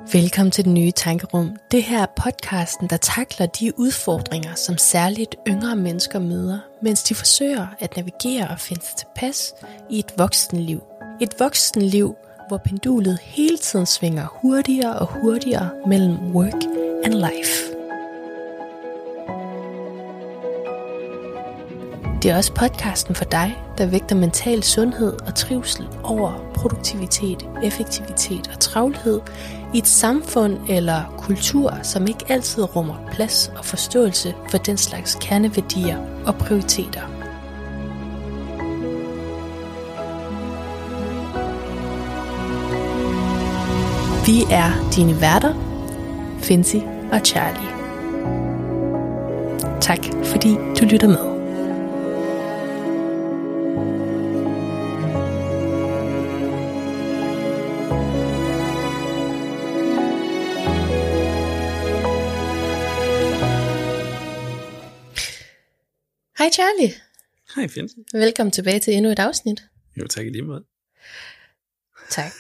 Velkommen til Det Nye Tankerum. Det her er podcasten, der takler de udfordringer, som særligt yngre mennesker møder, mens de forsøger at navigere og finde sig tilpas i et voksenliv. Et voksenliv, hvor pendulet hele tiden svinger hurtigere og hurtigere mellem work and life. Det er også podcasten for dig, der vægter mental sundhed og trivsel over produktivitet, effektivitet og travlhed i et samfund eller kultur, som ikke altid rummer plads og forståelse for den slags kerneværdier og prioriteter. Vi er dine værter, Finzi og Charlie. Tak fordi du lytter med. Hej Charlie. Hej Finzi. Velkommen tilbage til endnu et afsnit. Jo, tak i lige måde. Tak.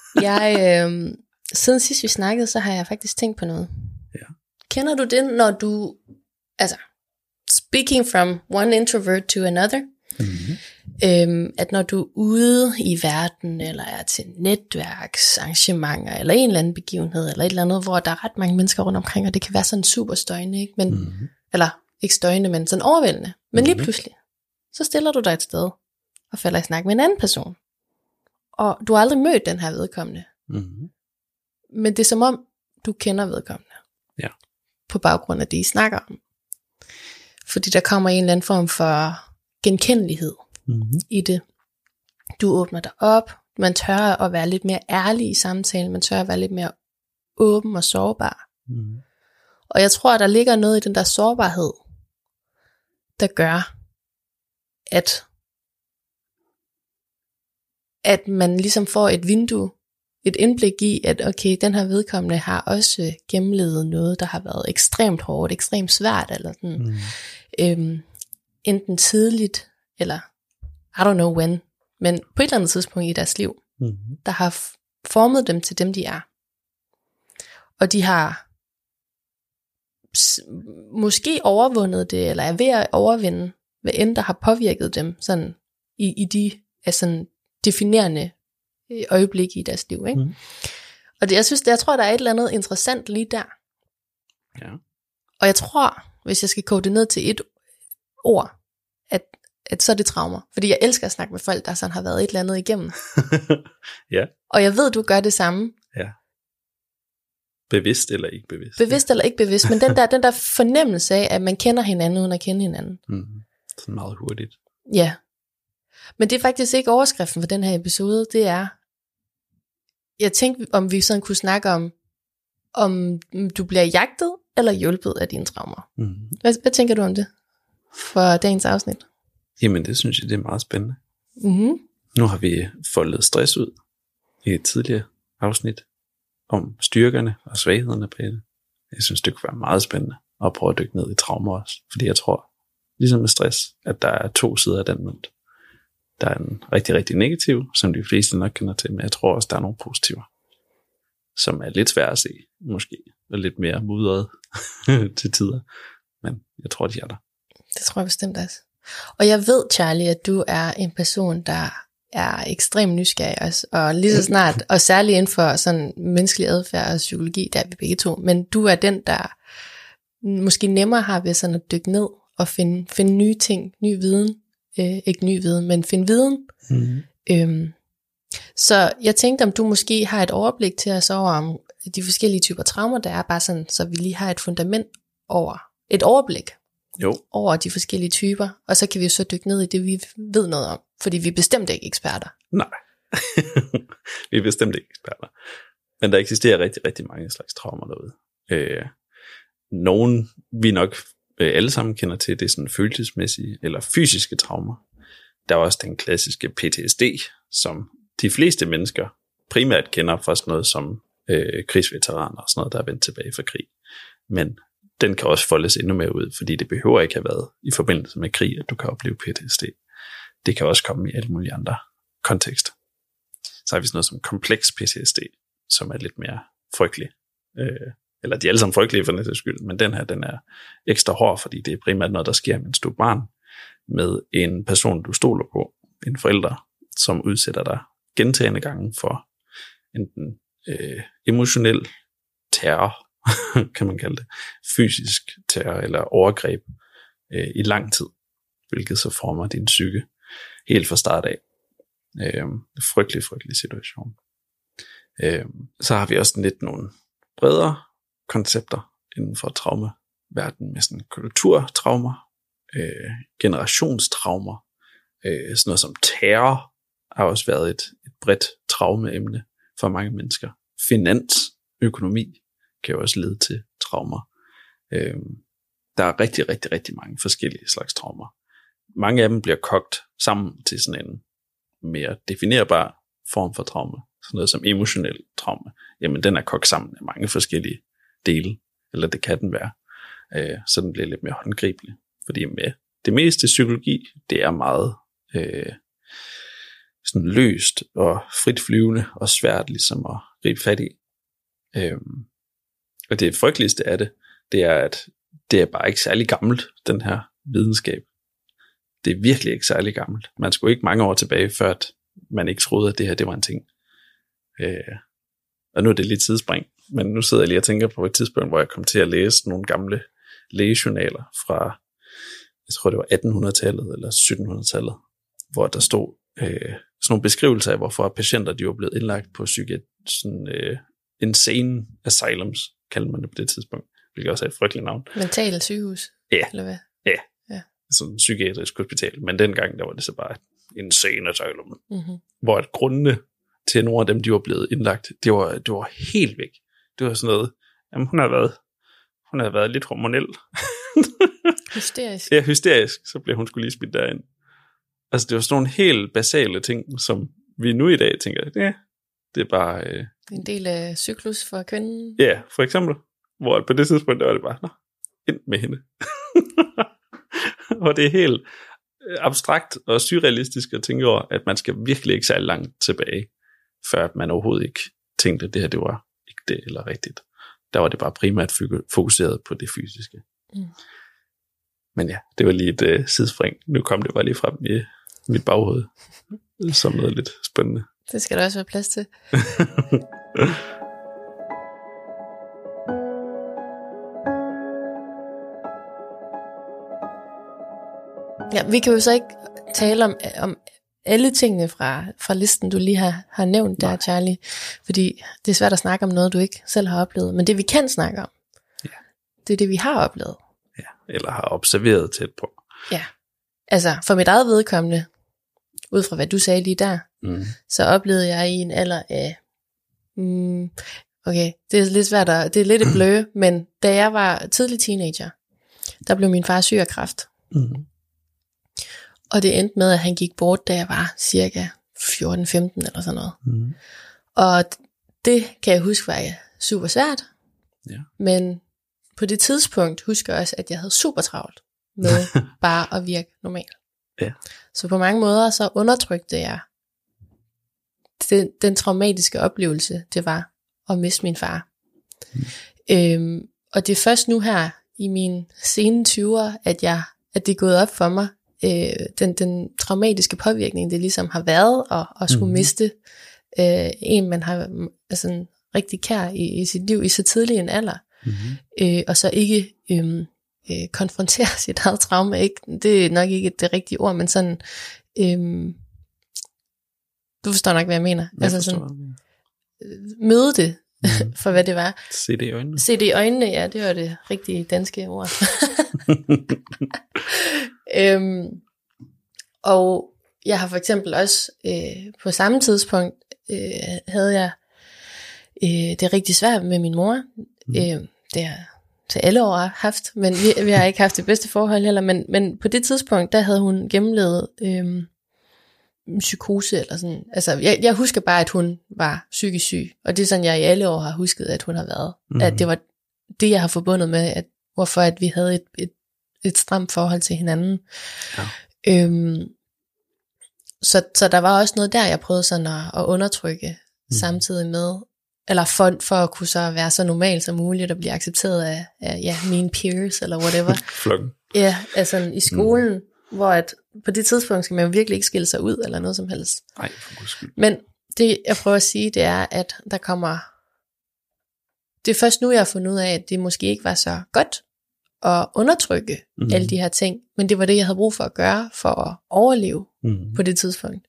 Siden sidst vi snakkede, så har jeg faktisk tænkt på noget. Ja. Kender du det, når du, speaking from one introvert to another, at når du er ude i verden, eller er til netværksarrangementer, eller en eller anden begivenhed, eller et eller andet, hvor der er ret mange mennesker rundt omkring, og det kan være sådan super støjende, ikke? Men, eller ikke støjende, men sådan overvældende. Men lige pludselig, så stiller du dig et sted, og falder i snak med en anden person. Og du har aldrig mødt den her vedkommende. Men det er som om, du kender vedkommende. Ja. På baggrund af det, I snakker om. Fordi der kommer en eller anden form for genkendelighed i det. Du åbner dig op. Man tør at være lidt mere ærlig i samtalen. Man tør at være lidt mere åben og sårbar. Og jeg tror, at der ligger noget i den der sårbarhed, der gør, at man ligesom får et vindue, et indblik i, at okay, den her vedkommende har også gennemlevet noget, der har været ekstremt hårdt, ekstremt svært, eller sådan, enten tidligt, eller I don't know when, men på et eller andet tidspunkt i deres liv, der har formet dem til dem, de er. Og de har måske overvundet det, eller er ved at overvinde, hvad end der har påvirket dem, sådan i de sådan definerende øjeblikke i deres liv, ikke? Og det, jeg tror, der er et eller andet interessant lige der. Ja. Og jeg tror, hvis jeg skal kode det ned til et ord, at så er det traumer. Fordi jeg elsker at snakke med folk, der sådan har været et eller andet igennem. Ja. Og jeg ved, du gør det samme. Ja. Bevidst eller ikke bevidst. Bevidst eller ikke bevidst, men den der fornemmelse af, at man kender hinanden uden at kende hinanden. Sådan meget hurtigt. Ja. Men det er faktisk ikke overskriften for den her episode. Det er, jeg tænkte, om vi sådan kunne snakke om du bliver jagtet eller hjulpet af dine traumer. Hvad tænker du om det for dagens afsnit? Jamen det synes jeg, det er meget spændende. Nu har vi foldet stress ud i et tidligere afsnit om styrkerne og svaghederne bag det. Jeg synes, det kunne være meget spændende at prøve at dykke ned i traumer også. Fordi jeg tror, ligesom med stress, at der er to sider af den mønt. Der er en rigtig, rigtig negativ, som de fleste nok kender til, men jeg tror også, der er nogle positiver, som er lidt svære at se, måske, og lidt mere mudret til tider. Men jeg tror, de er der. Det tror jeg bestemt også. Og jeg ved, Charlie, at du er en person, der er ekstremt nysgerrig også, og lige så snart, og særligt inden for sådan menneskelig adfærd og psykologi, der er vi begge to, men du er den, der måske nemmere har ved sådan at dykke ned og finde nye ting, ny viden, ikke ny viden, men finde viden. Så jeg tænkte, om du måske har et overblik til os over om de forskellige typer traumer, der er, bare sådan, så vi lige har et fundament over, et overblik over de forskellige typer, og så kan vi jo så dykke ned i det, vi ved noget om, fordi vi er bestemt ikke eksperter. Nej, vi er bestemt ikke eksperter. Men der eksisterer rigtig, rigtig mange slags traumer derude. Nogen vi nok alle sammen kender til, det er sådan følelsesmæssige eller fysiske traumer. Der er også den klassiske PTSD, som de fleste mennesker primært kender fra sådan noget som krigsveteraner og sådan noget, der er vendt tilbage fra krig. Men den kan også foldes endnu mere ud, fordi det behøver ikke have været i forbindelse med krig, at du kan opleve PTSD. Det kan også komme i alle mulige andre kontekster. Så har vi sådan noget som kompleks PTSD, som er lidt mere frygtelig eller de er alle sammen frygtelige for den sags skyld, men den her, den er ekstra hård, fordi det er primært noget, der sker, mens du er barn, med en person, du stoler på, en forælder, som udsætter dig gentagne gange for enten emotionel terror, kan man kalde det, fysisk terror eller overgreb i lang tid, hvilket så former din psyke helt fra start af. Frygtelig situation. Så har vi også lidt nogle bredere koncepter inden for traumaverdenen med sådan kulturtraumer, generationstraumer, sådan noget som terror har også været et bredt traumeemne for mange mennesker. Finans, økonomi kan jo også lede til traumer. Der er rigtig mange forskellige slags traumer. Mange af dem bliver kogt sammen til sådan en mere definerbar form for traume. Sådan noget som emotionel traume. Jamen den er kogt sammen af mange forskellige dele, eller det kan den være. Så den bliver lidt mere håndgribelig. Fordi med det meste psykologi, det er meget sådan løst og frit flyvende og svært ligesom at gribe fat i. Og det frygteligste af det er, at det er bare ikke særlig gammelt, den her videnskab. Det er virkelig ikke særlig gammelt. Man skulle ikke mange år tilbage, før at man ikke troede, at det her det var en ting. Og nu er det lidt tidsspring, men nu sidder jeg lige og tænker på et tidspunkt, hvor jeg kom til at læse nogle gamle lægejournaler fra, jeg tror det var 1800-tallet eller 1700-tallet, hvor der stod sådan nogle beskrivelser af, hvorfor patienter de var blevet indlagt på insane asylums, kaldte man det på det tidspunkt, hvilket også er et frygteligt navn. Mental sygehus? Ja. Eller hvad? Ja. Sådan et psykiatrisk hospital, men dengang der var det så bare insane asylum, hvor at grundene til nogle af dem, de var blevet indlagt, det var helt væk. Det var sådan noget, jamen hun har været lidt hormonel. Hysterisk. Ja, hysterisk, så blev hun skulle lige smidt derind. Altså det var sådan nogle helt basale ting, som vi nu i dag tænker, ja, det er bare... en del af cyklus for kvinden. Ja, for eksempel, hvor på det tidspunkt, der var det bare, ind med hende. Og det er helt abstrakt og surrealistisk at tænke over, at man skal virkelig ikke særlig langt tilbage, før man overhovedet ikke tænkte, at det her det var ikke det eller rigtigt. Der var det bare primært fokuseret på det fysiske. Men ja, det var lige et sidespring. Nu kom det bare lige frem i mit baghoved, som noget lidt spændende. Det skal der også være plads til. Ja, vi kan jo så ikke tale om alle tingene fra listen, du lige har nævnt der, Charlie, fordi det er svært at snakke om noget, du ikke selv har oplevet. Men det, vi kan snakke om, det er det, vi har oplevet. Ja, eller har observeret tæt på. Ja, altså for mit eget vedkommende, ud fra hvad du sagde lige der, så oplevede jeg i en alder af, okay, det er lidt svært det er lidt et blø, men da jeg var tidlig teenager, der blev min far syg af kræft. Og det endte med, at han gik bort, da jeg var cirka 14-15 eller sådan noget. Og det kan jeg huske var super svært. Ja. Men på det tidspunkt husker jeg også, at jeg havde super travlt med bare at virke normalt. Ja. Og på mange måder så undertrykte jeg den traumatiske oplevelse, det var at miste min far. Og det er først nu her i mine sene 20'er, at det er gået op for mig, den traumatiske påvirkning, det ligesom har været at skulle miste en, man har altså, rigtig kær i sit liv i så tidlig en alder, og så ikke konfrontere sit eget traume. Ikke? Det er nok ikke det rigtige ord, men sådan, du forstår nok, hvad jeg mener. Altså sådan, møde det for hvad det var. Se det i øjnene. Se det i øjnene, ja, det var det rigtige danske ord. Og jeg har for eksempel også på samme tidspunkt havde jeg det rigtig svært med min mor. Det har til alle år haft, men vi har ikke haft det bedste forhold heller, men på det tidspunkt, der havde hun gennemlevet psykose eller sådan. Altså, jeg husker bare, at hun var psykisk syg, og det er sådan, jeg i alle år har husket, at hun har været. At det var det, jeg har forbundet med, at hvorfor at vi havde et stramt forhold til hinanden. Ja. Så der var også noget der, jeg prøvede sådan at undertrykke, samtidig med, eller for at kunne så være så normal som muligt, og blive accepteret af mine peers, eller whatever. Flokken. Ja, altså i skolen, hvor at på det tidspunkt skal man jo virkelig ikke skille sig ud, eller noget som helst. Nej, for guds skyld. Men det, jeg prøver at sige, det er, at der kommer... Det er først nu, jeg har fundet ud af, at det måske ikke var så godt at undertrykke alle de her ting, men det var det, jeg havde brug for at gøre, for at overleve på det tidspunkt.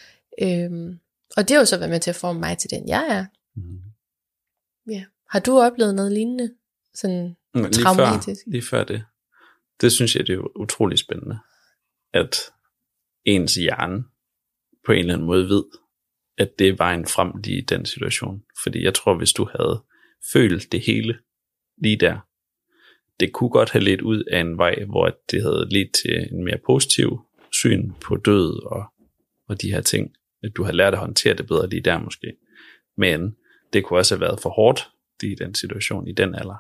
Og det har jo så været med til at forme mig til den, jeg er. Ja. Har du oplevet noget lignende? Sådan traumatisk? Lige før det. Det synes jeg, det er utrolig spændende, at ens hjerne på en eller anden måde ved, at det er vejen frem lige i den situation. Fordi jeg tror, hvis du havde følt det hele lige der, det kunne godt have ledt ud af en vej, hvor det havde ledt til en mere positiv syn på død og de her ting. At du har lært at håndtere det bedre lige der måske. Men det kunne også have været for hårdt i den situation, i den alder.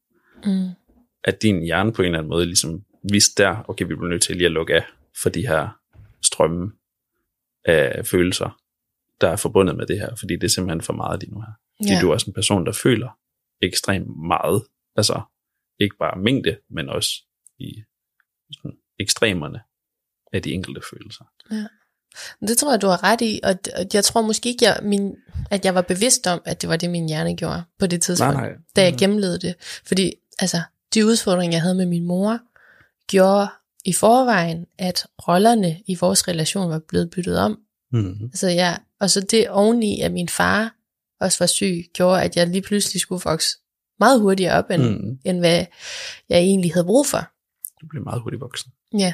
At din hjerne på en eller anden måde ligesom vidste der, okay, vi bliver nødt til lige at lukke af for de her strømme af følelser, der er forbundet med det her, fordi det er simpelthen for meget lige nu her. Fordi du er også en person, der føler ekstremt meget, altså ikke bare mængde, men også i sådan, ekstremerne af de enkelte følelser. Ja. Det tror jeg, du har ret i, og jeg tror måske ikke, at jeg var bevidst om, at det var det, min hjerne gjorde på det tidspunkt, da jeg gennemlevede det. Fordi altså, de udfordringer, jeg havde med min mor, gjorde i forvejen, at rollerne i vores relation var blevet byttet om. Altså, og så det oveni, at min far også var syg, gjorde, at jeg lige pludselig skulle vokse meget hurtigere op, end hvad jeg egentlig havde brug for. Du blev meget hurtigt voksen. Ja.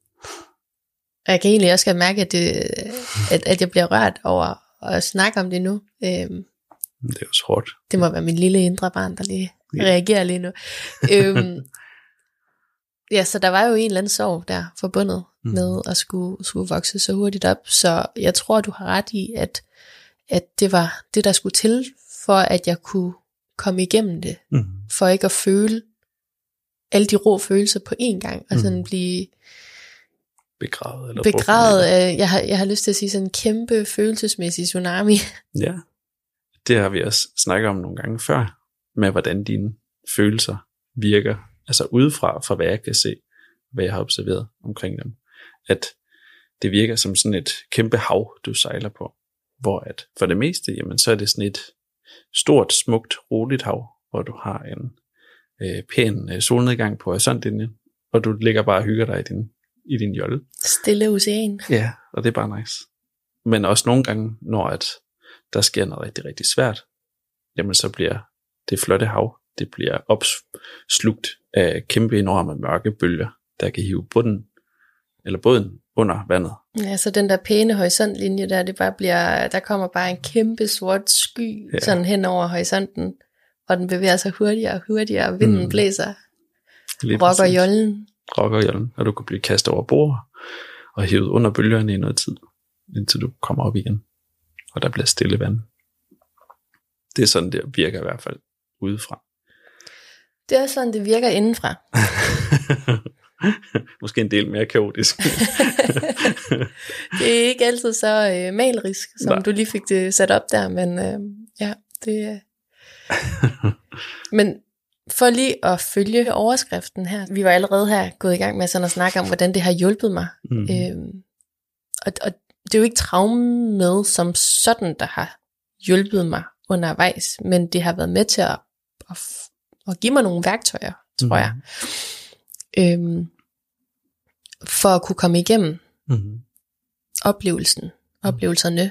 Og jeg kan egentlig også godt mærke, at jeg bliver rørt over at snakke om det nu. Det er også hårdt. Det må være min lille indre barn, der lige reagerer lige nu. Ja, så der var jo en eller anden sorg der forbundet med at skulle vokse så hurtigt op. Så jeg tror, du har ret i, at det var det, der skulle til, for at jeg kunne komme igennem det. For ikke at føle alle de rå følelser på én gang, og sådan blive begravet. Jeg har lyst til at sige sådan en kæmpe følelsesmæssig tsunami. Ja, det har vi også snakket om nogle gange før, med hvordan dine følelser virker, altså udefra hvad jeg kan se, hvad jeg har observeret omkring dem, at det virker som sådan et kæmpe hav, du sejler på, hvor at for det meste, jamen så er det sådan et stort, smukt, roligt hav, hvor du har en pæn solnedgang på horisontlinjen, og du ligger bare og hygger dig i din jolle. Stille ocean. Ja, og det er bare nice. Men også nogle gange, når at der sker noget rigtig, rigtig svært, jamen så bliver det flotte hav, det bliver opslugt af kæmpe enorme mørke bølger, der kan hive båden under vandet. Ja, så den der pæne horisontlinje der, det bare bliver, der kommer bare en kæmpe sort sky sådan hen over horisonten, og den bevæger sig hurtigere og hurtigere, og vinden blæser, rokker jollen, og du kan blive kastet over bord og hævet under bølgerne i noget tid, indtil du kommer op igen, og der bliver stille vand. Det er sådan, det virker i hvert fald udefra. Det er sådan, det virker indenfra. Måske en del mere kaotisk. Det er ikke altid så malerisk, som du lige fik det sat op der, men det Men for lige at følge overskriften her, vi var allerede her gået i gang med sådan at snakke om, hvordan det har hjulpet mig. Og det er jo ikke traumet som sådan, der har hjulpet mig undervejs, men det har været med til at give mig nogle værktøjer, tror jeg. For at kunne komme igennem oplevelserne.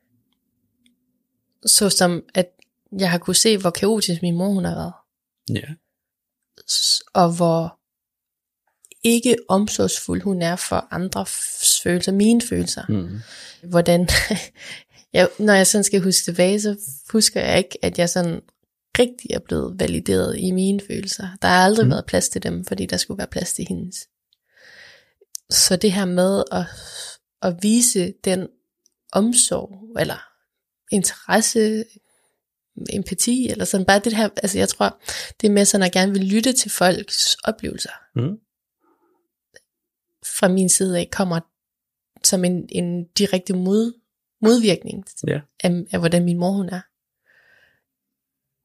Så som at jeg har kunne se, hvor kaotisk min mor hun har været. Ja. Og hvor ikke omsorgsfuld hun er for andres følelser, mine følelser. Hvordan, når jeg sådan skal huske tilbage, så husker jeg ikke, at jeg sådan rigtig er blevet valideret i mine følelser. Der har aldrig været plads til dem, fordi der skulle være plads til hendes. Så det her med at vise den omsorg, eller interesse, empati, eller sådan bare det her, altså jeg tror, det er med sådan, at jeg gerne vil lytte til folks oplevelser. Fra min side af kommer som en direkte modvirkning af hvordan min mor hun er.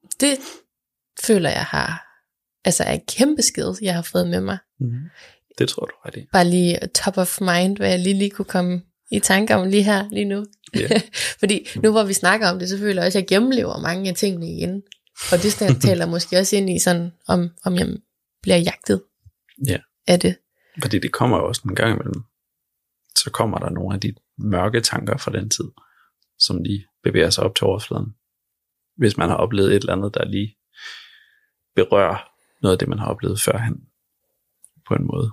det føler jeg er en kæmpe skill, jeg har fået med mig. Det tror du ret i. Bare lige top of mind, hvad jeg lige kunne komme i tanker om lige nu. Yeah. Fordi nu hvor vi snakker om det, så føler jeg også, at jeg gennemlever mange af tingene igen. Og det taler måske også ind i sådan, om jeg bliver jagtet af det. Fordi det kommer jo også en gang imellem. Så kommer der nogle af de mørke tanker fra den tid, som lige bevæger sig op til overfladen. Hvis man har oplevet et eller andet, der lige berører noget af det, man har oplevet førhen. På en måde.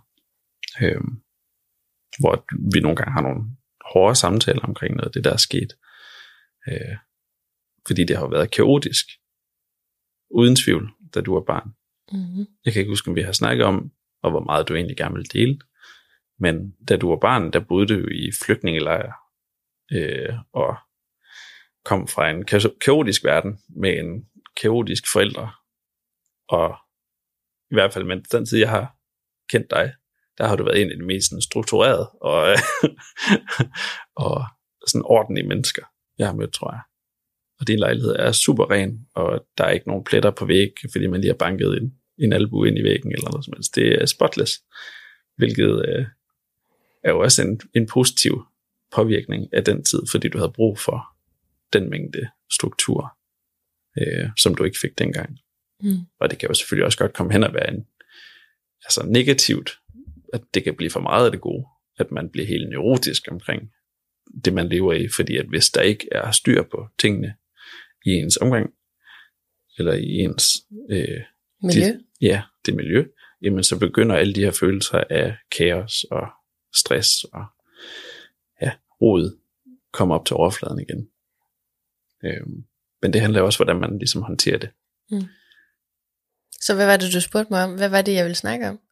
Hvor vi nogle gange har nogle hårde samtaler omkring noget af det, der er sket. Fordi det har været kaotisk. Uden tvivl, da du var barn. Jeg kan ikke huske, om vi har snakket om, og hvor meget du egentlig gerne ville dele. Men da du var barn, der boede du i flygtningelejre. Og kom fra en kaotisk verden med en kaotisk forældre. Og i hvert fald med den tid, jeg har kendt dig, der har du været en af de mest strukturerede og sådan ordentlige mennesker, jeg har mødt, tror jeg. Og din lejlighed er super ren, og der er ikke nogen pletter på væg, fordi man lige har banket en albue ind i væggen eller noget som helst. Det er spotless, hvilket er jo også en positiv påvirkning af den tid, fordi du havde brug for den mængde struktur, som du ikke fik dengang. Og det kan jo selvfølgelig også godt komme hen og være negativt, at det kan blive for meget af det gode, at man bliver helt neurotisk omkring det, man lever i, fordi at hvis der ikke er styr på tingene i ens omgang, eller i ens miljø, det miljø, jamen så begynder alle de her følelser af kaos og stress og rod komme op til overfladen igen. Men det handler også om, hvordan man ligesom håndterer det. Så hvad var det, du spurgte mig om? Hvad var det, jeg ville snakke om?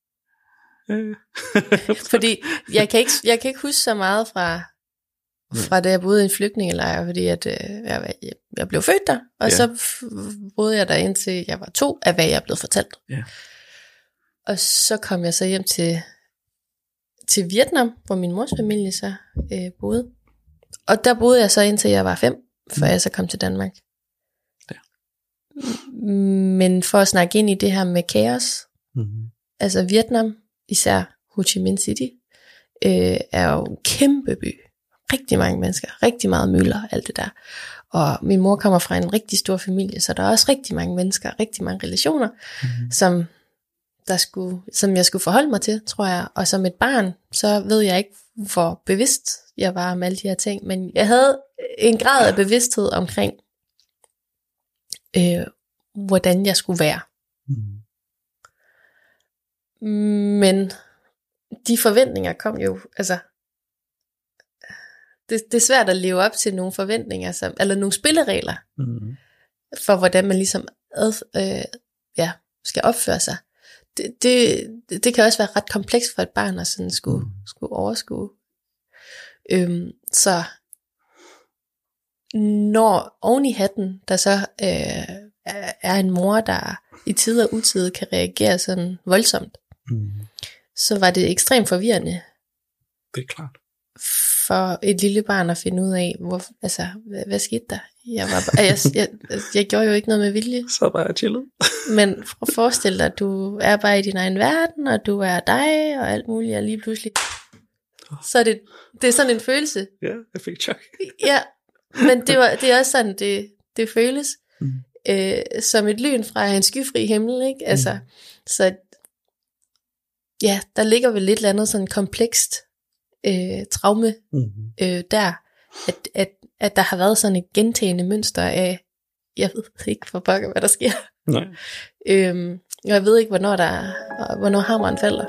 Fordi jeg kan ikke huske så meget fra da jeg boede i en flygtningelejr, fordi at jeg blev født der, og så boede jeg der indtil jeg var 2, af hvad jeg blev fortalt. Og så kom jeg så hjem til Vietnam, hvor min mors familie så boede. Og der boede jeg så indtil jeg var 5, før jeg så kom til Danmark. Men for at snakke ind i det her med kaos, altså Vietnam, især Ho Chi Minh City, er jo en kæmpe by. Rigtig mange mennesker, rigtig meget mylder, alt det der. Og min mor kommer fra en rigtig stor familie, så der er også rigtig mange mennesker, rigtig mange relationer, som jeg skulle forholde mig til, tror jeg. Og som et barn, så ved jeg ikke, hvor bevidst jeg var om alle de her ting, men jeg havde en grad af bevidsthed omkring, hvordan jeg skulle være. Men de forventninger kom jo, altså det er svært at leve op til nogle forventninger, eller nogle spilleregler, for hvordan man ligesom skal opføre sig. Det kan også være ret komplekst for et barn at sådan skulle overskue. Så når oven i hatten, der så er en mor, der i tid og utid kan reagere sådan voldsomt, så var det ekstremt forvirrende. Det er klart. For et lille barn at finde ud af, hvad skete der? Jeg gjorde jo ikke noget med vilje. Så var jeg chillet. Men forestil dig, at du er bare i din egen verden, og du er dig, og alt muligt, og lige pludselig. Så det er sådan en følelse. Ja, jeg fik chok. Ja, men det er også sådan, det føles. Som et lyn fra en skyfri himmel, ikke? Altså, så ja, der ligger vel lidt eller andet sådan komplekst traume der, at der har været sådan et gentagende mønster af, jeg ved ikke for pokker, hvad der sker. Nej. Jeg ved ikke, hvornår hammeren falder.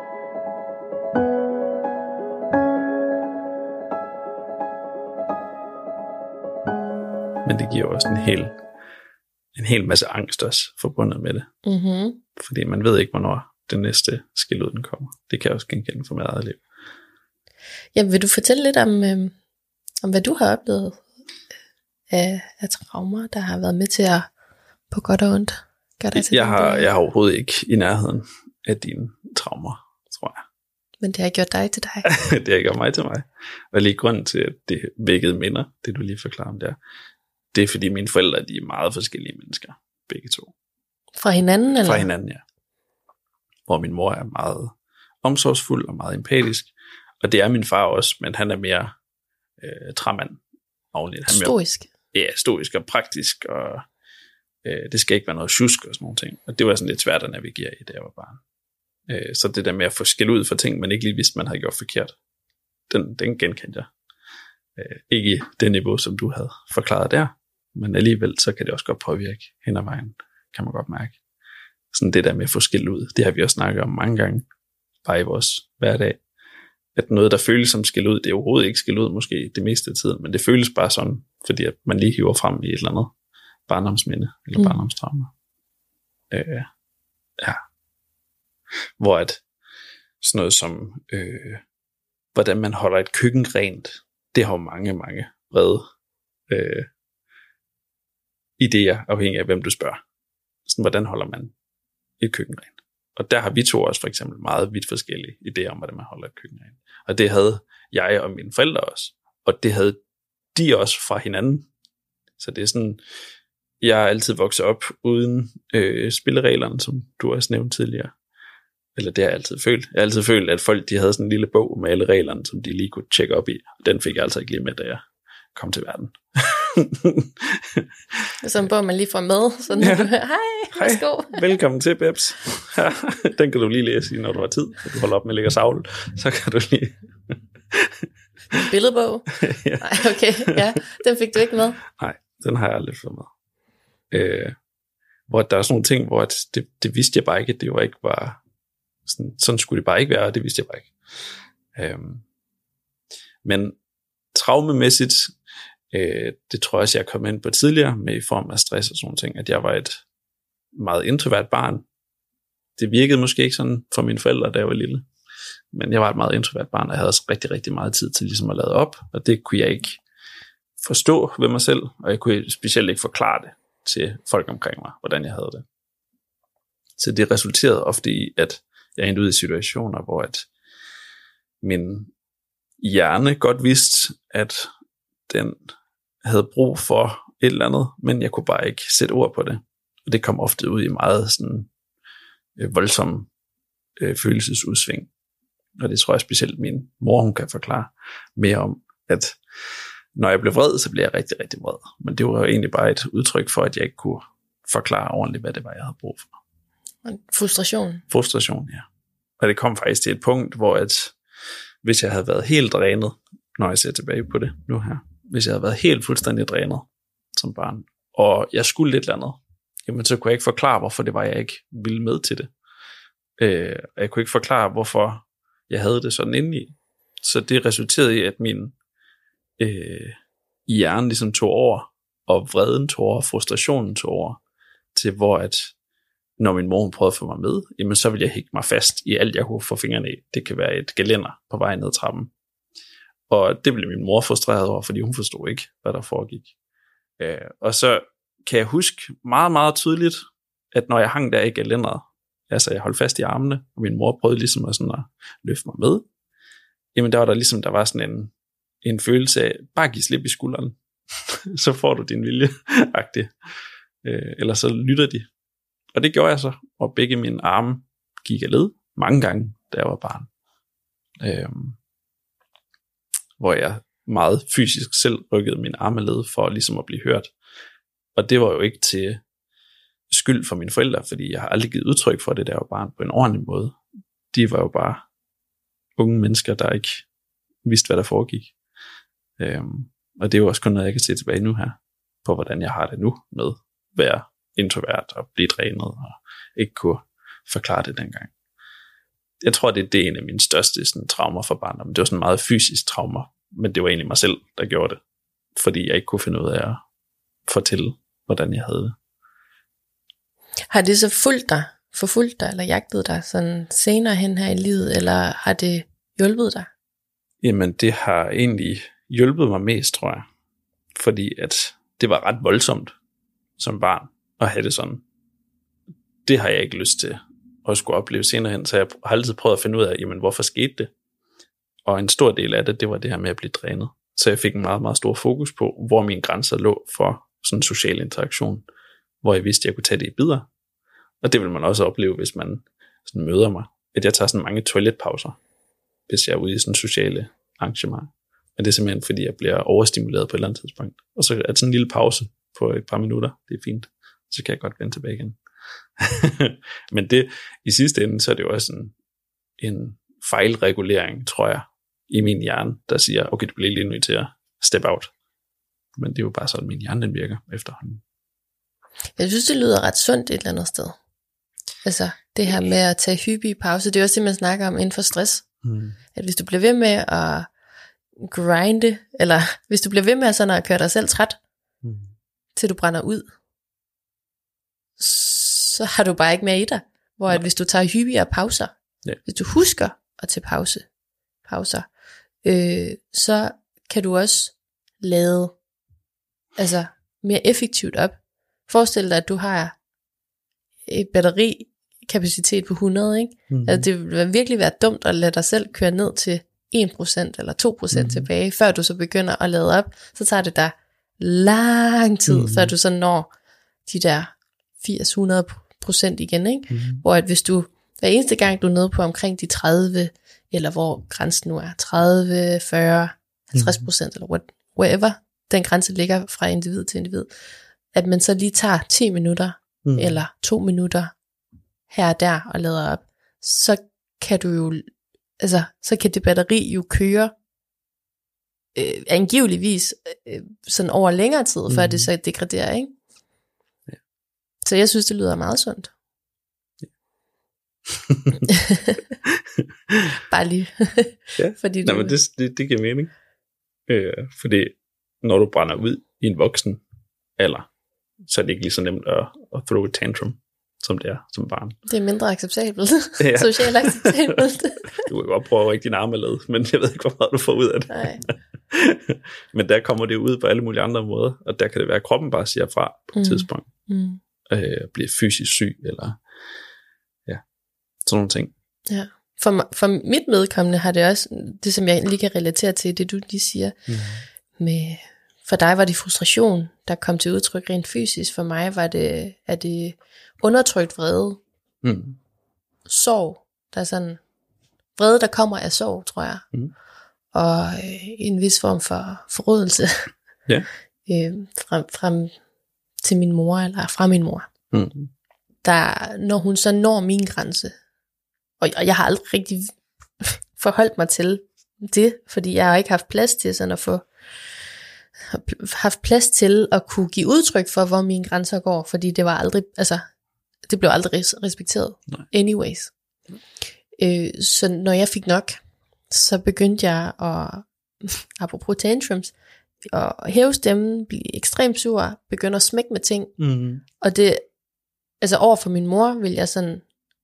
Men det giver også en hel masse angst også forbundet med det. Fordi man ved ikke, hvornår den næste skildud den kommer. Det kan jeg også genkende for mit eget liv. Ja, vil du fortælle lidt om hvad du har oplevet af traumer, der har været med til at på godt og ondt gøre dig til? Jeg har overhovedet ikke i nærheden af dine traumer, tror jeg. Men det har gjort dig til dig. Det har gjort mig til mig. Og lige grunden til, at det vækkede minder, det du lige forklarer om der, det er fordi mine forældre, de er meget forskellige mennesker, begge to. Fra hinanden, eller? Fra hinanden, ja. Hvor min mor er meget omsorgsfuld og meget empatisk, og det er min far også, men han er mere træmand. Stoisk. Ja, stoisk og praktisk, og det skal ikke være noget sjusk og sådan nogle ting. Og det var sådan lidt svært at navigere i, da jeg var barn. Så det der med at få skæld ud for ting, man ikke lige vidste, man havde gjort forkert, den genkendte jeg. Ikke i det niveau, som du havde forklaret der, men alligevel, så kan det også godt påvirke hen ad vejen, kan man godt mærke. Sådan det der med at få skæld ud, det har vi også snakket om mange gange, bare i vores hverdag. At noget, der føles som skæld ud, det er overhovedet ikke skæld ud, måske det meste af tiden, men det føles bare sådan, fordi at man lige hiver frem i et eller andet barndomsminde, eller barndomstraumer. Ja. Hvor at sådan noget som, hvordan man holder et køkken rent, det har jo mange brede idéer, afhængig af hvem du spørger. Sådan, hvordan holder man et køkken rent? Og der har vi to også for eksempel meget vidt forskellige idéer om, hvordan man holder et køkken rent. Og det havde jeg og mine forældre også. Og det havde de også fra hinanden. Så det er sådan, jeg er altid vokset op uden spillereglerne, som du også nævnte tidligere. Eller det har jeg altid følt. Jeg har altid følt, at folk de havde sådan en lille bog med alle reglerne, som de lige kunne tjekke op i. Og den fik jeg altså ikke lige med, da jeg kom til verden. Sådan en bog, man lige får med. Sådan, ja. Hej, værsgo. Velkommen til, Bebs. Den kan du lige læse i, når du har tid. Når du holder op med at lægge savl, så kan du lige... Billedbog? Ja. Nej, okay. Ja, den fik du ikke med? Nej, den har jeg aldrig fået med. Hvor der er sådan nogle ting, hvor det vidste jeg bare ikke. Det var ikke bare... Sådan skulle det bare ikke være, og det vidste jeg bare ikke. Men traumemæssigt, det tror jeg også, jeg kom ind på tidligere, med i form af stress og sådan nogle ting, at jeg var et meget introvert barn. Det virkede måske ikke sådan for mine forældre, da jeg var lille. Men jeg var et meget introvert barn, og jeg havde også rigtig, rigtig meget tid til ligesom at lade op, og det kunne jeg ikke forstå ved mig selv, og jeg kunne specielt ikke forklare det til folk omkring mig, hvordan jeg havde det. Så det resulterede ofte i, at jeg endte ud i situationer, hvor at min hjerne godt vidste, at den havde brug for et eller andet, men jeg kunne bare ikke sætte ord på det. Og det kom ofte ud i meget sådan voldsomme følelsesudsving. Og det tror jeg specielt min mor, hun kan forklare mere om, at når jeg blev vred, så blev jeg rigtig, rigtig vred. Men det var jo egentlig bare et udtryk for, at jeg ikke kunne forklare ordentligt, hvad det var, jeg havde brug for. Frustration. Frustration, ja. Og det kom faktisk til et punkt, hvor at hvis jeg havde været helt drænet, når jeg ser tilbage på det nu her, hvis jeg havde været helt fuldstændig drænet som barn, og jeg skulle lidt eller andet, jamen så kunne jeg ikke forklare, hvorfor det var, jeg ikke ville med til det. Jeg kunne ikke forklare, hvorfor jeg havde det sådan indeni. Så det resulterede i, at min hjerne ligesom tog over, og vreden tog over, frustrationen tog over, til hvor at når min mor prøvede at få mig med, jamen så ville jeg hægte mig fast i alt, jeg kunne få fingrene i. Det kan være et gelænder på vej ned ad trappen. Og det blev min mor frustreret over, fordi hun forstod ikke, hvad der foregik. Og så kan jeg huske meget, meget tydeligt, at når jeg hang der i gelænderet, altså jeg holdt fast i armene, og min mor prøvede ligesom at løfte mig med, jamen der var sådan en følelse af, bare giv slip i skulderen, så får du din vilje-agtigt. Eller så lytter de. Og det gjorde jeg så, og begge mine arme gik af led mange gange, da jeg var barn. Hvor jeg meget fysisk selv rykkede mine arme af led for ligesom at blive hørt. Og det var jo ikke til skyld for mine forældre, fordi jeg har aldrig givet udtryk for det, der var barn på en ordentlig måde. De var jo bare unge mennesker, der ikke vidste, hvad der foregik. Og det er jo også kun noget, jeg kan se tilbage nu her, på hvordan jeg har det nu med at være introvert og blive drænet og ikke kunne forklare det dengang. Jeg tror, det er en af mine største sådan, traumer for barndommen. Det var sådan meget fysisk traumer, men det var egentlig mig selv, der gjorde det, fordi jeg ikke kunne finde ud af at fortælle, hvordan jeg havde det. Har det så forfulgt dig eller jagtet dig sådan senere hen her i livet, eller har det hjulpet dig? Jamen, det har egentlig hjulpet mig mest, tror jeg. Fordi at det var ret voldsomt som barn at have det sådan. Det har jeg ikke lyst til at skulle opleve senere hen, så jeg har altid prøvet at finde ud af, jamen, hvorfor skete det? Og en stor del af det var det her med at blive drænet. Så jeg fik en meget, meget stor fokus på, hvor mine grænser lå for sådan en social interaktion, hvor jeg vidste, at jeg kunne tage det i bidder. Og det vil man også opleve, hvis man sådan møder mig, at jeg tager sådan mange toiletpauser, hvis jeg er ude i sådan sociale arrangementer. Men det er simpelthen, fordi jeg bliver overstimuleret på et eller andet tidspunkt. Og så er det sådan en lille pause på et par minutter. Det er fint. Så kan jeg godt vende tilbage igen. Men det, i sidste ende, så er det jo også en fejlregulering, tror jeg, i min hjerne, der siger, okay, du bliver lige nødt til at step out. Men det er jo bare sådan, min hjerne den virker efterhånden. Jeg synes, det lyder ret sundt et eller andet sted. Altså, det her med at tage hyppige pauser, det er også det, man snakker om inden for stress. At hvis du bliver ved med at grinde, eller hvis du bliver ved med sådan at køre dig selv træt, til du brænder ud, så har du bare ikke mere i dig. Hvor at hvis du tager hyppigere pauser, hvis du husker at tage pauser, så kan du også lade mere effektivt op. Forestil dig, at du har et batterikapacitet på 100, ikke? Altså, det vil virkelig være dumt at lade dig selv køre ned til 1% eller 2% tilbage, før du så begynder at lade op. Så tager det dig lang tid, før du så når de der 80-100% igen, ikke? Hvor at hvis du hver eneste gang du er nede på omkring de 30, eller hvor grænsen nu er 30, 40, 50%, eller whatever den grænse ligger fra individ til individ, at man så lige tager 10 minutter, eller 2 minutter her og der, og lader op, så kan du jo, så kan det batteri jo køre angiveligvis sådan over længere tid, før det så degraderer, ikke? Ja. Så jeg synes, det lyder meget sundt. Ja. Bare lige. Ja. Fordi nej, men det giver mening. Fordi når du brænder ud i en voksen alder, så er det ikke lige så nemt at throw a tantrum, som det er som barn. Det er mindre acceptabelt. Ja. Socialt acceptabelt. Du kan godt prøve at række dine arme led, men jeg ved ikke, hvor meget du får ud af det. Nej. Men der kommer det ud på alle mulige andre måder, og der kan det være, at kroppen bare siger fra på et tidspunkt. Bliver fysisk syg, eller sådan nogle ting. Ja. For mit medkommende har det også, det som jeg lige kan relatere til, det du lige siger, med, for dig var det frustration, der kom til udtryk rent fysisk. For mig er det undertrykt vrede, sorg, der er sådan, vrede der kommer af sorg, tror jeg, og en vis form for forrådelse, frem til min mor, eller fra min mor, der, når hun så når min grænse, og jeg har aldrig rigtig forholdt mig til det, fordi jeg har ikke haft plads til sådan at få haft plads til at kunne give udtryk for, hvor mine grænser går, fordi det var aldrig, det blev aldrig respekteret. Nej. Anyways. Så når jeg fik nok, så begyndte jeg at, apropos tantrums, at hæve stemmen, blive ekstremt sur, begynde at smække med ting, og det, over for min mor ville jeg sådan,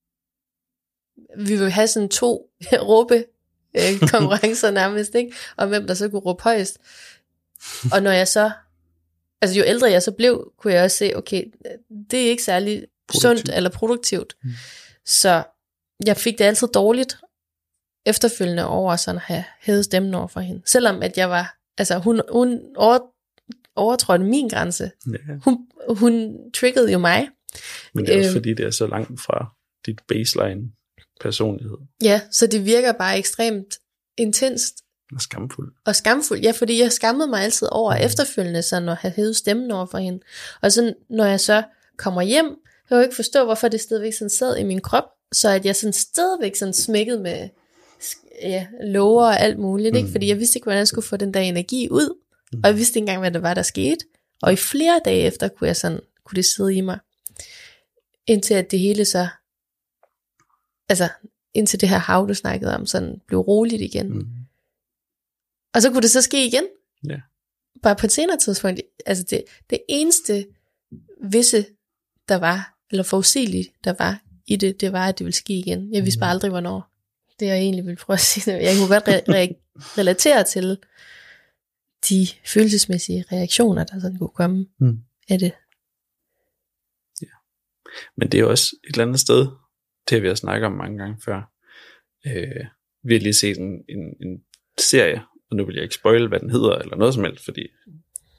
vi ville have sådan 2 råbe konkurrencer nærmest, ikke? Og hvem der så kunne råbe højst. Og når jeg så, jo ældre jeg så blev, kunne jeg også se, okay, det er ikke særlig sundt eller produktivt. Så jeg fik det altid dårligt efterfølgende over sådan at have hævet stemmen over for hende. Selvom at jeg var, hun overtrådte min grænse. Ja. Hun triggede jo mig. Men det er også fordi, det er så langt fra dit baseline personlighed. Ja, så det virker bare ekstremt intenst. Og skamfuldt. Ja, fordi jeg skammede mig altid over efterfølgende, sådan at have hævet stemmen over for hende. Og så når jeg så kommer hjem, jeg kan jo ikke forstå, hvorfor det stadigvæk sådan sad i min krop, så at jeg sådan stadigvæk sådan smækket med lover og alt muligt, ikke? Fordi jeg vidste ikke, hvordan jeg skulle få den der energi ud, og jeg vidste ikke engang, hvad det var, der skete. Og i flere dage efter kunne det sidde i mig, indtil at det hele så, indtil det her hav, du snakkede om, sådan blev roligt igen. Og så kunne det så ske igen. Ja. Bare på et senere tidspunkt. Det eneste visse, der var, eller forudsigeligt, der var i det, det var, at det ville ske igen. Jeg vidste bare aldrig, hvornår. Det jeg egentlig ville prøve at sige. Jeg kunne godt relatere til de følelsesmæssige reaktioner, der sådan kunne komme af det. Ja. Men det er også et eller andet sted, det vi har snakket om mange gange før. Vi har lige set en serie, og nu vil jeg ikke spoile, hvad den hedder, eller noget som helst, fordi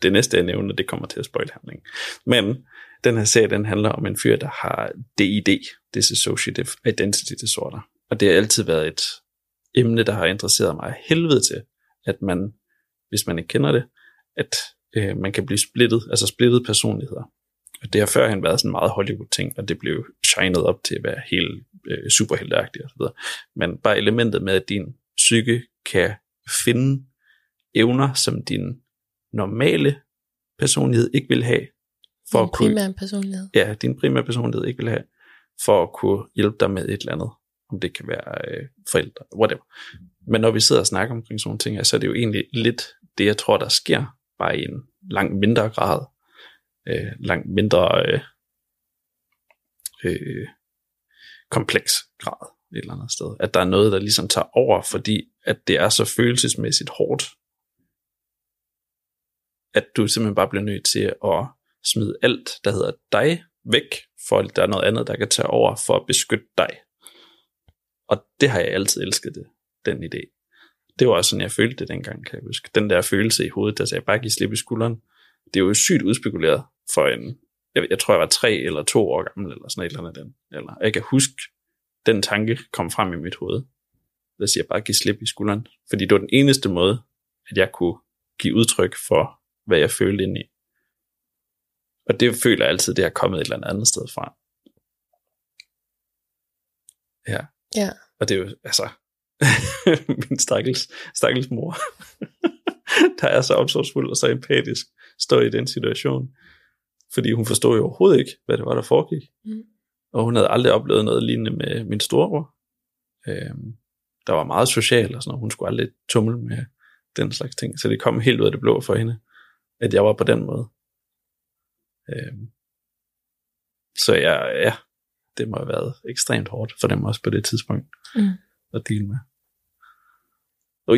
det næste jeg nævner, det kommer til at spoile handlingen. Men den her serie, den handler om en fyr, der har DID, Dissociative Identity Disorder. Og det har altid været et emne, der har interesseret mig helvede til, at man, hvis man ikke kender det, at man kan blive splittet personligheder. Og det har førhen været sådan en meget Hollywood-ting, og det blev shined op til at være helt superhelteagtigt og så videre. Men bare elementet med, at din psyke kan finde evner, som din normale personlighed ikke vil have. Din primære personlighed. Ja, din primære personlighed ikke vil have, for at kunne hjælpe dig med et eller andet. Om det kan være forældre, whatever. Men når vi sidder og snakker omkring sådan nogle ting, så er det jo egentlig lidt det, jeg tror, der sker, bare i en langt mindre grad. Langt mindre kompleks grad et eller andet sted. At der er noget, der ligesom tager over, fordi at det er så følelsesmæssigt hårdt, at du simpelthen bare bliver nødt til at smide alt, der hedder dig, væk, for at der er noget andet, der kan tage over for at beskytte dig. Og det har jeg altid elsket, den idé. Det var også sådan, jeg følte det dengang, kan jeg huske. Den der følelse i hovedet, der sagde, bare give slip i skulderen. Det er jo sygt udspekuleret for jeg tror, jeg var 3 eller 2 år gammel, eller sådan et eller andet. Eller jeg kan huske, den tanke kom frem i mit hoved. Der siger, bare give slip i skulderen. Fordi det var den eneste måde, at jeg kunne give udtryk for, hvad jeg følte indeni. Og det føler jeg altid, det har kommet et eller andet sted fra. Ja. Og det er jo, min stakkels mor, der er så omsorgsfuld og så empatisk, står i den situation. Fordi hun forstod jo overhovedet ikke, hvad det var, der foregik. Og hun havde aldrig oplevet noget lignende med min storebror. Der var meget social og sådan noget. Hun skulle aldrig tumle med den slags ting. Så det kom helt ud af det blå for hende, at jeg var på den måde. Så ja, det må have været ekstremt hårdt for dem også på det tidspunkt at dele med. Ui.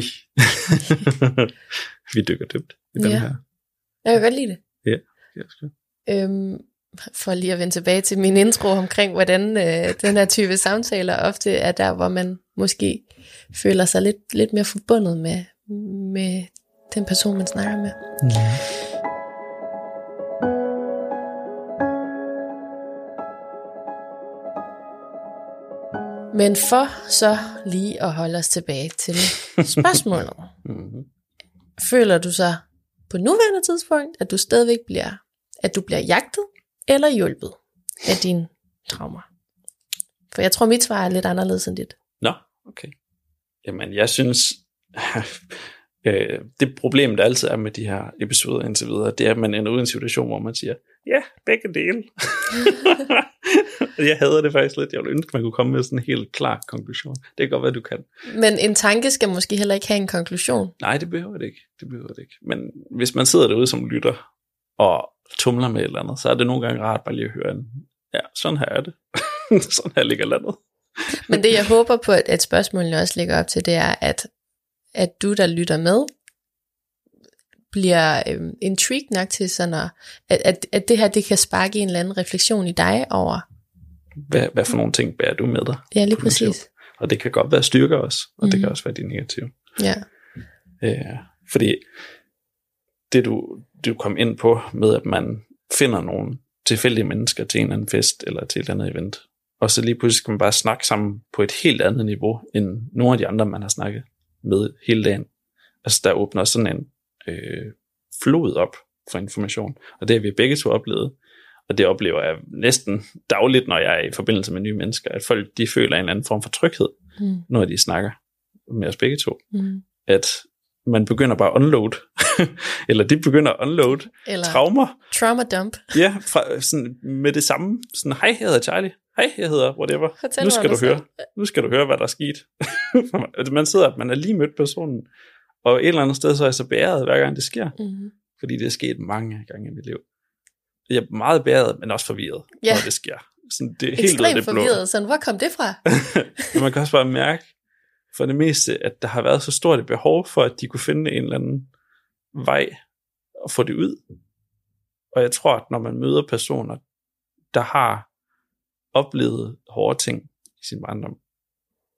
Vi dykker dybt i den her. Jeg kan godt lide det. Ja, jeg skal. For lige at vende tilbage til min intro omkring, hvordan den her type samtaler ofte er der, hvor man måske føler sig lidt mere forbundet med den person, man snakker med. Men for så lige at holde os tilbage til spørgsmålet. Føler du så på nuværende tidspunkt, at du stadigvæk bliver jagtet eller hjulpet af dine traumer? For jeg tror, mit svar er lidt anderledes end dit. Nå, okay. Jamen, jeg synes, det problem, der altid er med de her episoder indtil videre, det er, at man ender ud i en situation, hvor man siger, ja, begge dele. Jeg hader det faktisk lidt. Jeg ville ønske, man kunne komme med sådan en helt klar konklusion. Det kan godt være, du kan. Men en tanke skal måske heller ikke have en konklusion. Nej, det behøver det ikke. Men hvis man sidder derude som lytter, og tumler med et eller andet, så er det nogle gange rart bare lige at høre ja, sådan her er det. Sådan her ligger landet. Men det jeg håber på, at spørgsmålene også ligger op til, det er, at du, der lytter med, bliver intrigued nok til sådan, at det her, det kan sparke en eller anden refleksion i dig over. Hvad for nogle ting bærer du med dig? Ja, lige præcis. Og det kan godt være styrker også, og det kan også være de negative. Ja. Fordi det du kom ind på med, at man finder nogle tilfældige mennesker til en eller anden fest, eller til et eller andet event, og så lige pludselig skal man bare snakke sammen på et helt andet niveau, end nogle af de andre, man har snakket med hele dagen. Altså der åbner sådan en flod op for information, og det har vi begge to oplevet, og det oplever jeg næsten dagligt, når jeg er i forbindelse med nye mennesker, at folk de føler en eller anden form for tryghed, når de snakker med os begge to. At man begynder bare at unload, eller de begynder at unload eller traumer. Trauma dump. Ja, sådan, med det samme. Sådan, hej, jeg hedder Charlie. Hej, jeg hedder whatever. Nu skal du høre, hvad der er sket. Man sidder, man er lige mødt personen, og et eller andet sted, så er jeg så beæret, hver gang det sker. Fordi det er sket mange gange i mit liv. Jeg er meget beæret, men også forvirret, når det sker. Sådan, det er helt ekstremt det forvirret, sådan, hvor kom det fra? Men man kan også bare mærke, for det meste, at der har været så stort et behov for, at de kunne finde en eller anden vej og få det ud. Og jeg tror, at når man møder personer, der har oplevet hårde ting i sin barndom,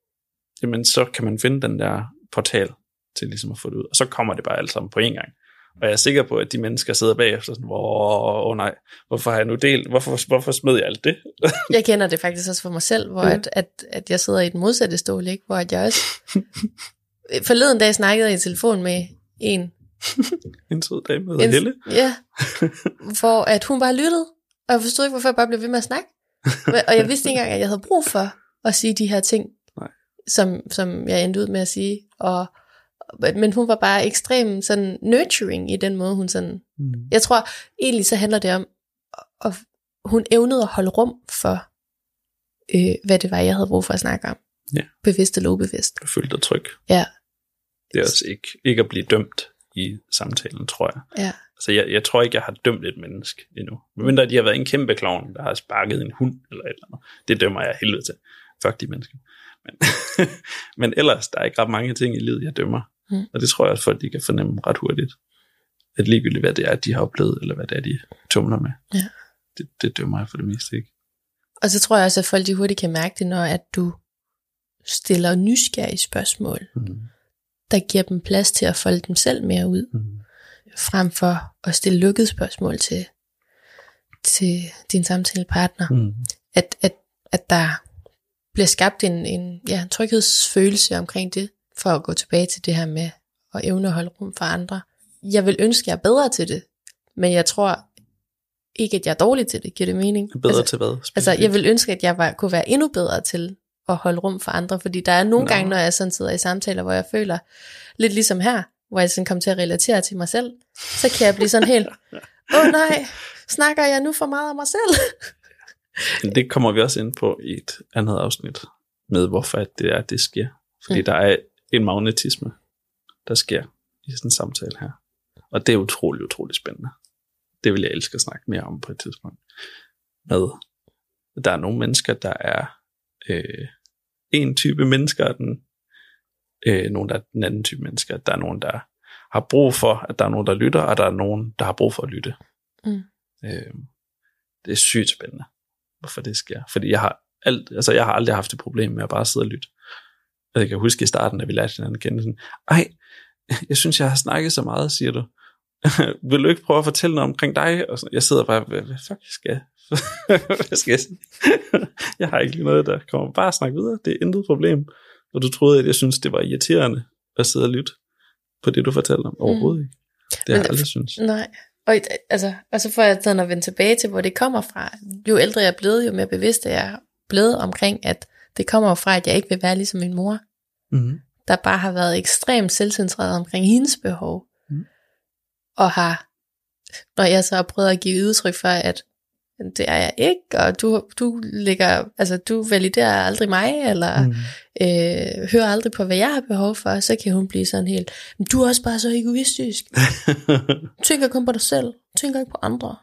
jamen så kan man finde den der portal til ligesom at få det ud. Og så kommer det bare alt sammen på en gang. Og jeg er sikker på, at de mennesker sidder bagefter sådan, nej, hvorfor har jeg nu delt? Hvorfor smed jeg alt det? Jeg kender det faktisk også for mig selv, hvor at jeg sidder i den modsatte stol, ikke? Hvor at jeg også... Forleden dag snakkede jeg i telefon med en sød dame, der hedder Helle. Ja, hvor at hun bare lyttede, og jeg forstod ikke, hvorfor jeg bare blev ved med at snakke. Og jeg vidste ikke engang, at jeg havde brug for at sige de her ting, som jeg endte ud med at sige. Men hun var bare ekstremt sådan nurturing i den måde, hun sådan... Jeg tror egentlig, så handler det om, at hun evnede at holde rum for, hvad det var, jeg havde brug for at snakke om. Ja. Bevidst eller ubevidst. Du følte dig tryg. Ja. Det er også ikke at blive dømt i samtalen, tror jeg. Ja. Altså, jeg tror ikke, jeg har dømt et menneske endnu. Medmindre de har været en kæmpe klovn, der har sparket en hund eller et eller andet. Det dømmer jeg helvede til. Fuck de mennesker. Men ellers, der er ikke ret mange ting i livet, jeg dømmer. Og det tror jeg, at folk de kan fornemme ret hurtigt. At ligegyldigt, hvad det er, de har oplevet, eller hvad det er, de tumler med. Ja. Det dømmer jeg for det meste ikke. Og så tror jeg også, at folk de hurtigt kan mærke det, når at du stiller nysgerrige spørgsmål, der giver dem plads til at folde dem selv mere ud, frem for at stille lukkede spørgsmål til din samtalepartner. At der bliver skabt en tryghedsfølelse omkring det, for at gå tilbage til det her med at evne at holde rum for andre. Jeg vil ønske, at jeg er bedre til det, men jeg tror ikke, at jeg er dårlig til det. Giver det mening? Bedre til hvad? Altså, jeg vil ønske, at jeg kunne være endnu bedre til at holde rum for andre, fordi der er nogle gange, når jeg sådan sidder i samtaler, hvor jeg føler, lidt ligesom her, hvor jeg sådan kommer til at relatere til mig selv, så kan jeg blive sådan helt, nej, snakker jeg nu for meget om mig selv? Det kommer vi også ind på i et andet afsnit, med hvorfor det sker. Fordi der er en magnetisme, der sker i sådan en samtale her. Og det er utrolig, utrolig spændende. Det vil jeg elske at snakke mere om på et tidspunkt. Med, der er nogle mennesker, der er en type mennesker, nogle der er den anden type mennesker. Der er nogen, der har brug for, at der er nogen, der lytter, og der er nogen, der har brug for at lytte. Det er sygt spændende, hvorfor det sker. Fordi jeg har aldrig haft et problem med at bare sidde og lytte. Jeg kan huske i starten, da vi lærte hinanden at kende, sådan, jeg synes, jeg har snakket så meget, siger du. Vil du ikke prøve at fortælle noget omkring dig? Og sådan, jeg sidder bare, hvad fuck skal jeg? Hvad skal jeg sige? Jeg har ikke lige noget, der kommer. Bare snak videre, det er intet problem. Og du troede, at jeg synes, det var irriterende at sidde og lytte på det, du fortalte om. Overhovedet ikke. Det har jeg aldrig synes. Nej. Og så får jeg sådan at vende tilbage til, hvor det kommer fra. Jo ældre jeg er blevet, jo mere bevidst er jeg blevet omkring, at det kommer fra, at jeg ikke vil være ligesom min mor. Der bare har været ekstremt selvcentreret omkring hendes behov. Og når jeg så har prøvet at give udtryk for, at det er jeg ikke, og du validerer aldrig mig, eller hører aldrig på, hvad jeg har behov for, så kan hun blive sådan helt, men du er også bare så egoistisk. Tænker kun på dig selv, tænker ikke på andre.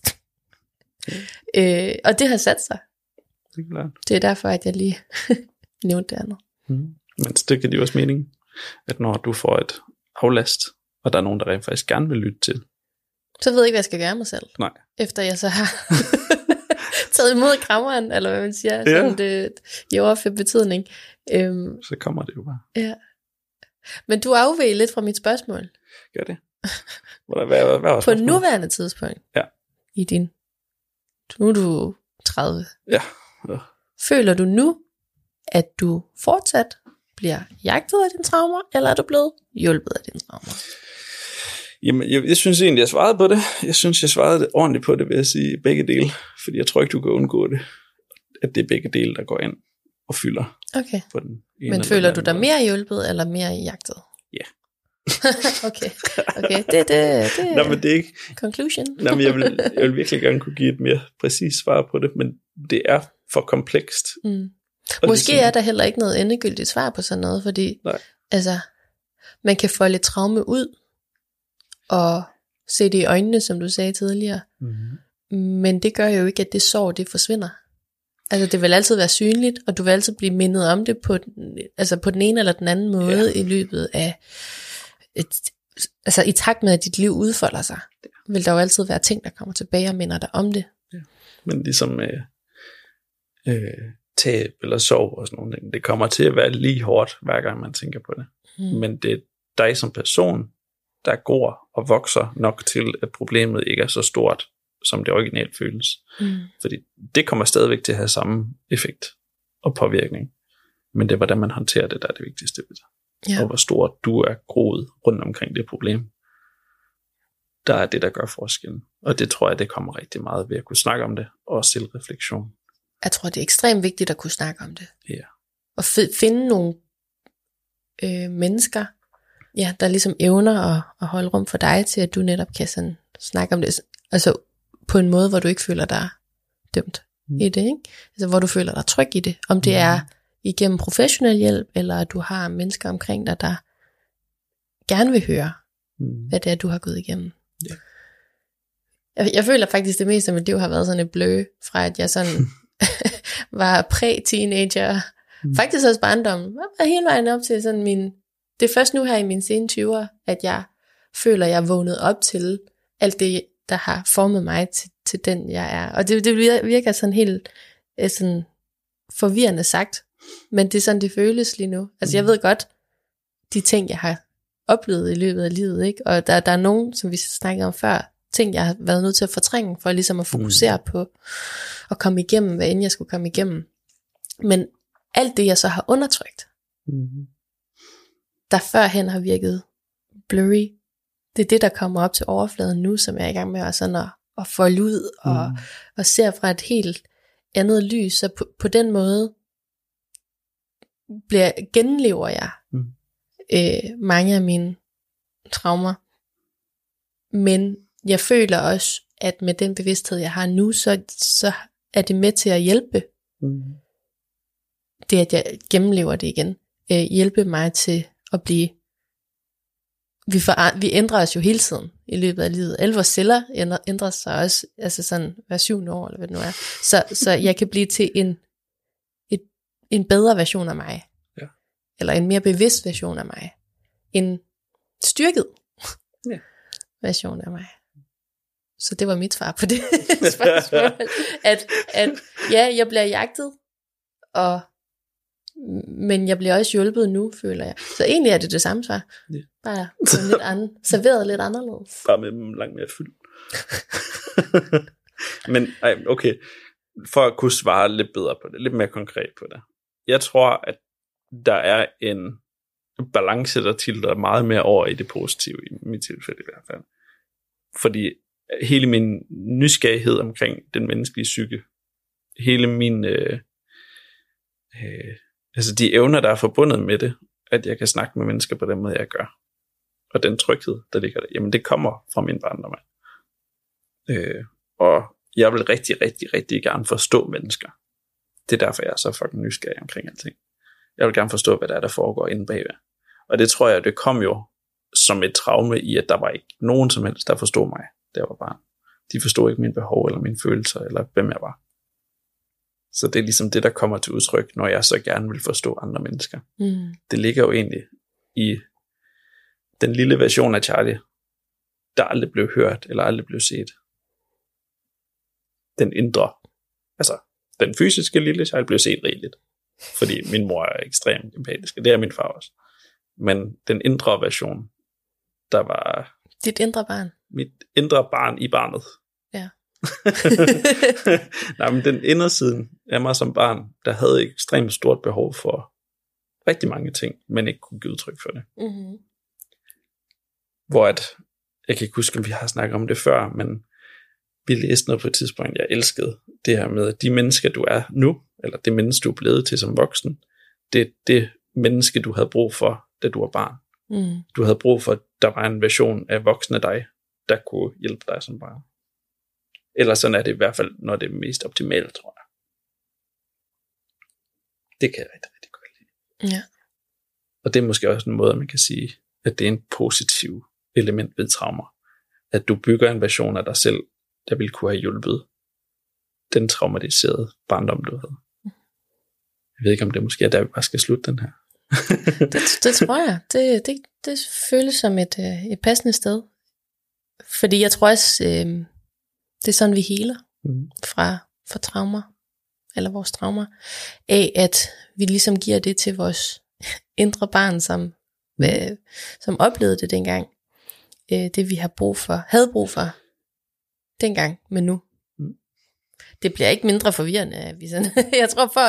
Og det har sat sig. Det er derfor, at jeg lige nævnte det andet. Men det kan det jo også mening, at når du får et aflast, og der er nogen, der rent faktisk gerne vil lytte til, så ved jeg ikke, hvad jeg skal gøre mig selv. Nej. Efter jeg så har taget imod krammeren, eller hvad man siger, sådan det i overført betydning. Så kommer det jo bare. Ja. Men du afveg lidt fra mit spørgsmål. Gør det. Hvad var på nuværende tidspunkt. Ja. Nu er du 30. Ja. Føler du nu, at du fortsat bliver jagtet af dine traumer, eller er du blevet hjulpet af dine traumer? Jamen, jeg synes egentlig, jeg svarede på det. Jeg synes, jeg svarede ordentligt på det, ved at sige begge dele. Fordi jeg tror ikke, du kan undgå det. At det er begge dele, der går ind og fylder. Okay. På den ene. Men føler du dig mere hjulpet, eller mere jagtet? Ja. Okay, det Nå, men det er ikke conclusion. Nå, men jeg vil virkelig gerne kunne give et mere præcist svar på det, men det er for komplekst. Måske er der heller ikke noget endegyldigt svar på sådan noget, fordi man kan få lidt traume ud, og se det i øjnene, som du sagde tidligere. Men det gør jo ikke, at det sår, det forsvinder. Altså det vil altid være synligt, og du vil altid blive mindet om det på den ene eller den anden måde i løbet af, i takt med, at dit liv udfolder sig, vil der jo altid være ting, der kommer tilbage og minder dig om det. Ja. Men ligesom tab eller sorg og sådan nogle ting, det kommer til at være lige hårdt, hver gang man tænker på det. Men det er dig som person, der gror og vokser nok til, at problemet ikke er så stort, som det originalt føles. Fordi det kommer stadigvæk til at have samme effekt og påvirkning. Men det er, hvordan man håndterer det, der er det vigtigste ved det. Ja. Og hvor stort du er groet rundt omkring det problem. Der er det, der gør forskellen. Og det tror jeg, det kommer rigtig meget ved at kunne snakke om det, og selvreflektion. Jeg tror, det er ekstremt vigtigt at kunne snakke om det. Ja. Og finde nogle mennesker, der ligesom evner at holde rum for dig til, at du netop kan sådan snakke om det. Altså på en måde, hvor du ikke føler dig dømt i det, ikke? Altså hvor du føler dig tryg i det. Om det er igennem professionel hjælp, eller at du har mennesker omkring dig, der gerne vil høre, hvad det er, du har gået igennem. Ja. Jeg føler faktisk, det meste af mit liv har været sådan et blø, fra at jeg sådan var præ-teenager, faktisk også barndom, og hele vejen op til sådan det er først nu her i mine sene 20'er, at jeg føler, at jeg er vågnet op til alt det, der har formet mig til den, jeg er. Og det virker sådan helt sådan forvirrende sagt, men det er sådan, det føles lige nu. Altså jeg ved godt, de ting, jeg har oplevet i løbet af livet, ikke? Og der er nogen, som vi snakkede om før, ting, jeg har været nødt til at fortrænge, for ligesom at fokusere på at komme igennem, hvad end jeg skulle komme igennem. Men alt det, jeg så har undertrykt, der førhen har virket blurry, det er det, der kommer op til overfladen nu, som jeg er i gang med at folde ud, og ser fra et helt andet lys. Så på den måde genlever jeg mange af mine traumer. Men jeg føler også, at med den bevidsthed, jeg har nu, så er det med til at hjælpe. Det, at jeg gennemlever det igen. Hjælpe mig til at blive... Vi ændrer os jo hele tiden i løbet af livet. Alle vores celler ændrer sig også, altså sådan hver 7. år, eller hvad det nu er. Så jeg kan blive til en bedre version af mig. Ja. Eller en mere bevidst version af mig. En styrket version af mig. Så det var mit svar på det spørgsmål. At jeg bliver jagtet, men jeg bliver også hjulpet nu, føler jeg. Så egentlig er det samme svar. Yeah. Bare serveret lidt anderledes. Bare med langt mere fyld. Men okay, for at kunne svare lidt bedre på det, lidt mere konkret på det. Jeg tror, at der er en balance, der tilter meget mere over i det positive, i mit tilfælde i hvert fald. Fordi hele min nysgerrighed omkring den menneskelige psyke, hele min altså de evner, der er forbundet med det, at jeg kan snakke med mennesker på den måde, jeg gør, og den tryghed, der ligger der, jamen det kommer fra min barndom. Og jeg vil rigtig, rigtig, rigtig gerne forstå mennesker. Det er derfor, jeg er så fucking nysgerrig omkring alting. Jeg vil gerne forstå, hvad der er, der foregår inde bagved. Og det tror jeg, det kom jo som et traume i, at der var ikke nogen som helst, der forstod mig, da jeg var barn. De forstod ikke mine behov, eller mine følelser, eller hvem jeg var. Så det er ligesom det, der kommer til udtryk, når jeg så gerne vil forstå andre mennesker. Det ligger jo egentlig i den lille version af Charlie, der aldrig blev hørt, eller aldrig blev set. Den indre, altså den fysiske lille Charlie blev set rigeligt, fordi min mor er ekstremt empatisk, og det er min far også. Men den indre version, der var... Dit indre barn. Mit indre barn i barnet. Ja. Nej, men den indersiden af mig som barn, der havde ekstremt stort behov for rigtig mange ting, men ikke kunne give udtryk for det. Hvor at, jeg kan ikke huske, om vi har snakket om det før, men vi læste noget på et tidspunkt, jeg elskede det her med, at de mennesker, du er nu, eller det menneske, du er blevet til som voksen, det er det menneske, du havde brug for, da du var barn. Du havde brug for, at der var en version af voksen af dig, der kunne hjælpe dig som barn. Eller sådan er det i hvert fald, når det er mest optimalt, tror jeg. Det kan jeg rigtig, rigtig godt lide. Ja. Og det er måske også en måde, man kan sige, at det er en positiv element ved traumer. At du bygger en version af dig selv, der ville kunne have hjulpet den traumatiserede barndom, du havde. Jeg ved ikke, om det måske er der, vi bare skal slutte den her. det tror jeg. Det føles som et passende sted. Fordi jeg tror også, det er sådan, vi healer fra traumer, eller vores traumer, af at vi ligesom giver det til vores indre barn, som oplevede det dengang. det vi havde brug for dengang, men nu. Det bliver ikke mindre forvirrende, jeg tror for...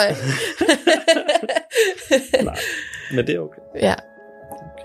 Nej, men det er okay. Ja. Okay.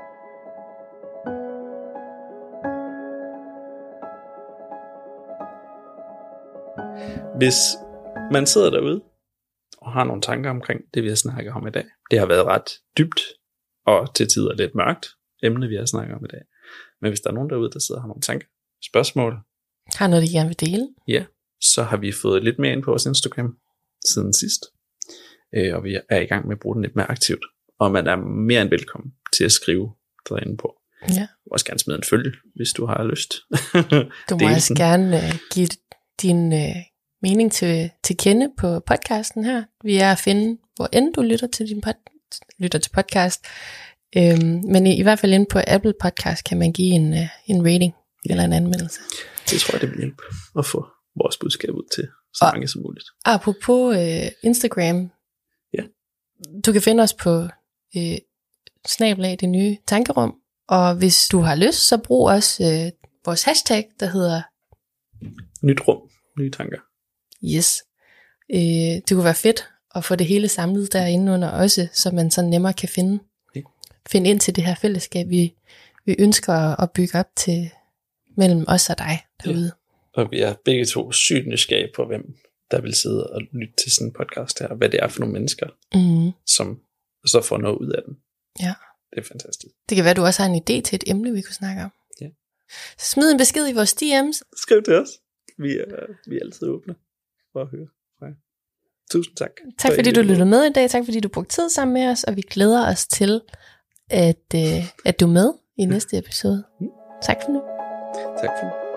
Hvis man sidder derude og har nogle tanker omkring det, vi har snakket om i dag. Det har været ret dybt og til tider lidt mørkt emne, vi har snakket om i dag. Men hvis der er nogen derude, der sidder og har nogle tanker, spørgsmål, har noget, de gerne vil dele? Ja, så har vi fået lidt mere ind på vores Instagram siden sidst. Og vi er i gang med at bruge den lidt mere aktivt. Og man er mere end velkommen til at skrive derinde på. Ja. Du må også gerne smide en følge, hvis du har lyst. Du må også gerne give din mening til kende på podcasten her. Vi er at finde, hvor end du lytter til podcast. Men i hvert fald inde på Apple Podcast kan man give en rating eller en anmeldelse. Det tror jeg, det vil hjælpe at få vores budskab ud til så mange som muligt. Apropos Instagram. Ja. Du kan finde os på / det nye tankerum. Og hvis du har lyst, så brug også vores hashtag, der hedder Nyt rum, nye tanker. Yes. Det kunne være fedt at få det hele samlet derinde under også, så man så nemmere kan finde ind til det her fællesskab, vi ønsker at bygge op til mellem os og dig derude. Ja. Og vi er begge to sygt nysgerrige på, hvem der vil sidde og lytte til sådan en podcast her, og hvad det er for nogle mennesker, som så får noget ud af den. Ja. Det er fantastisk. Det kan være, du også har en idé til et emne, vi kunne snakke om. Ja. Så smid en besked i vores DM's. Skriv til os. Vi er altid åbne for at høre. Ja. Tusind tak. Tak fordi du lyttede med i dag. Tak fordi du brugte tid sammen med os, og vi glæder os til, at du er med i næste episode. Tak for nu. Tak for nu.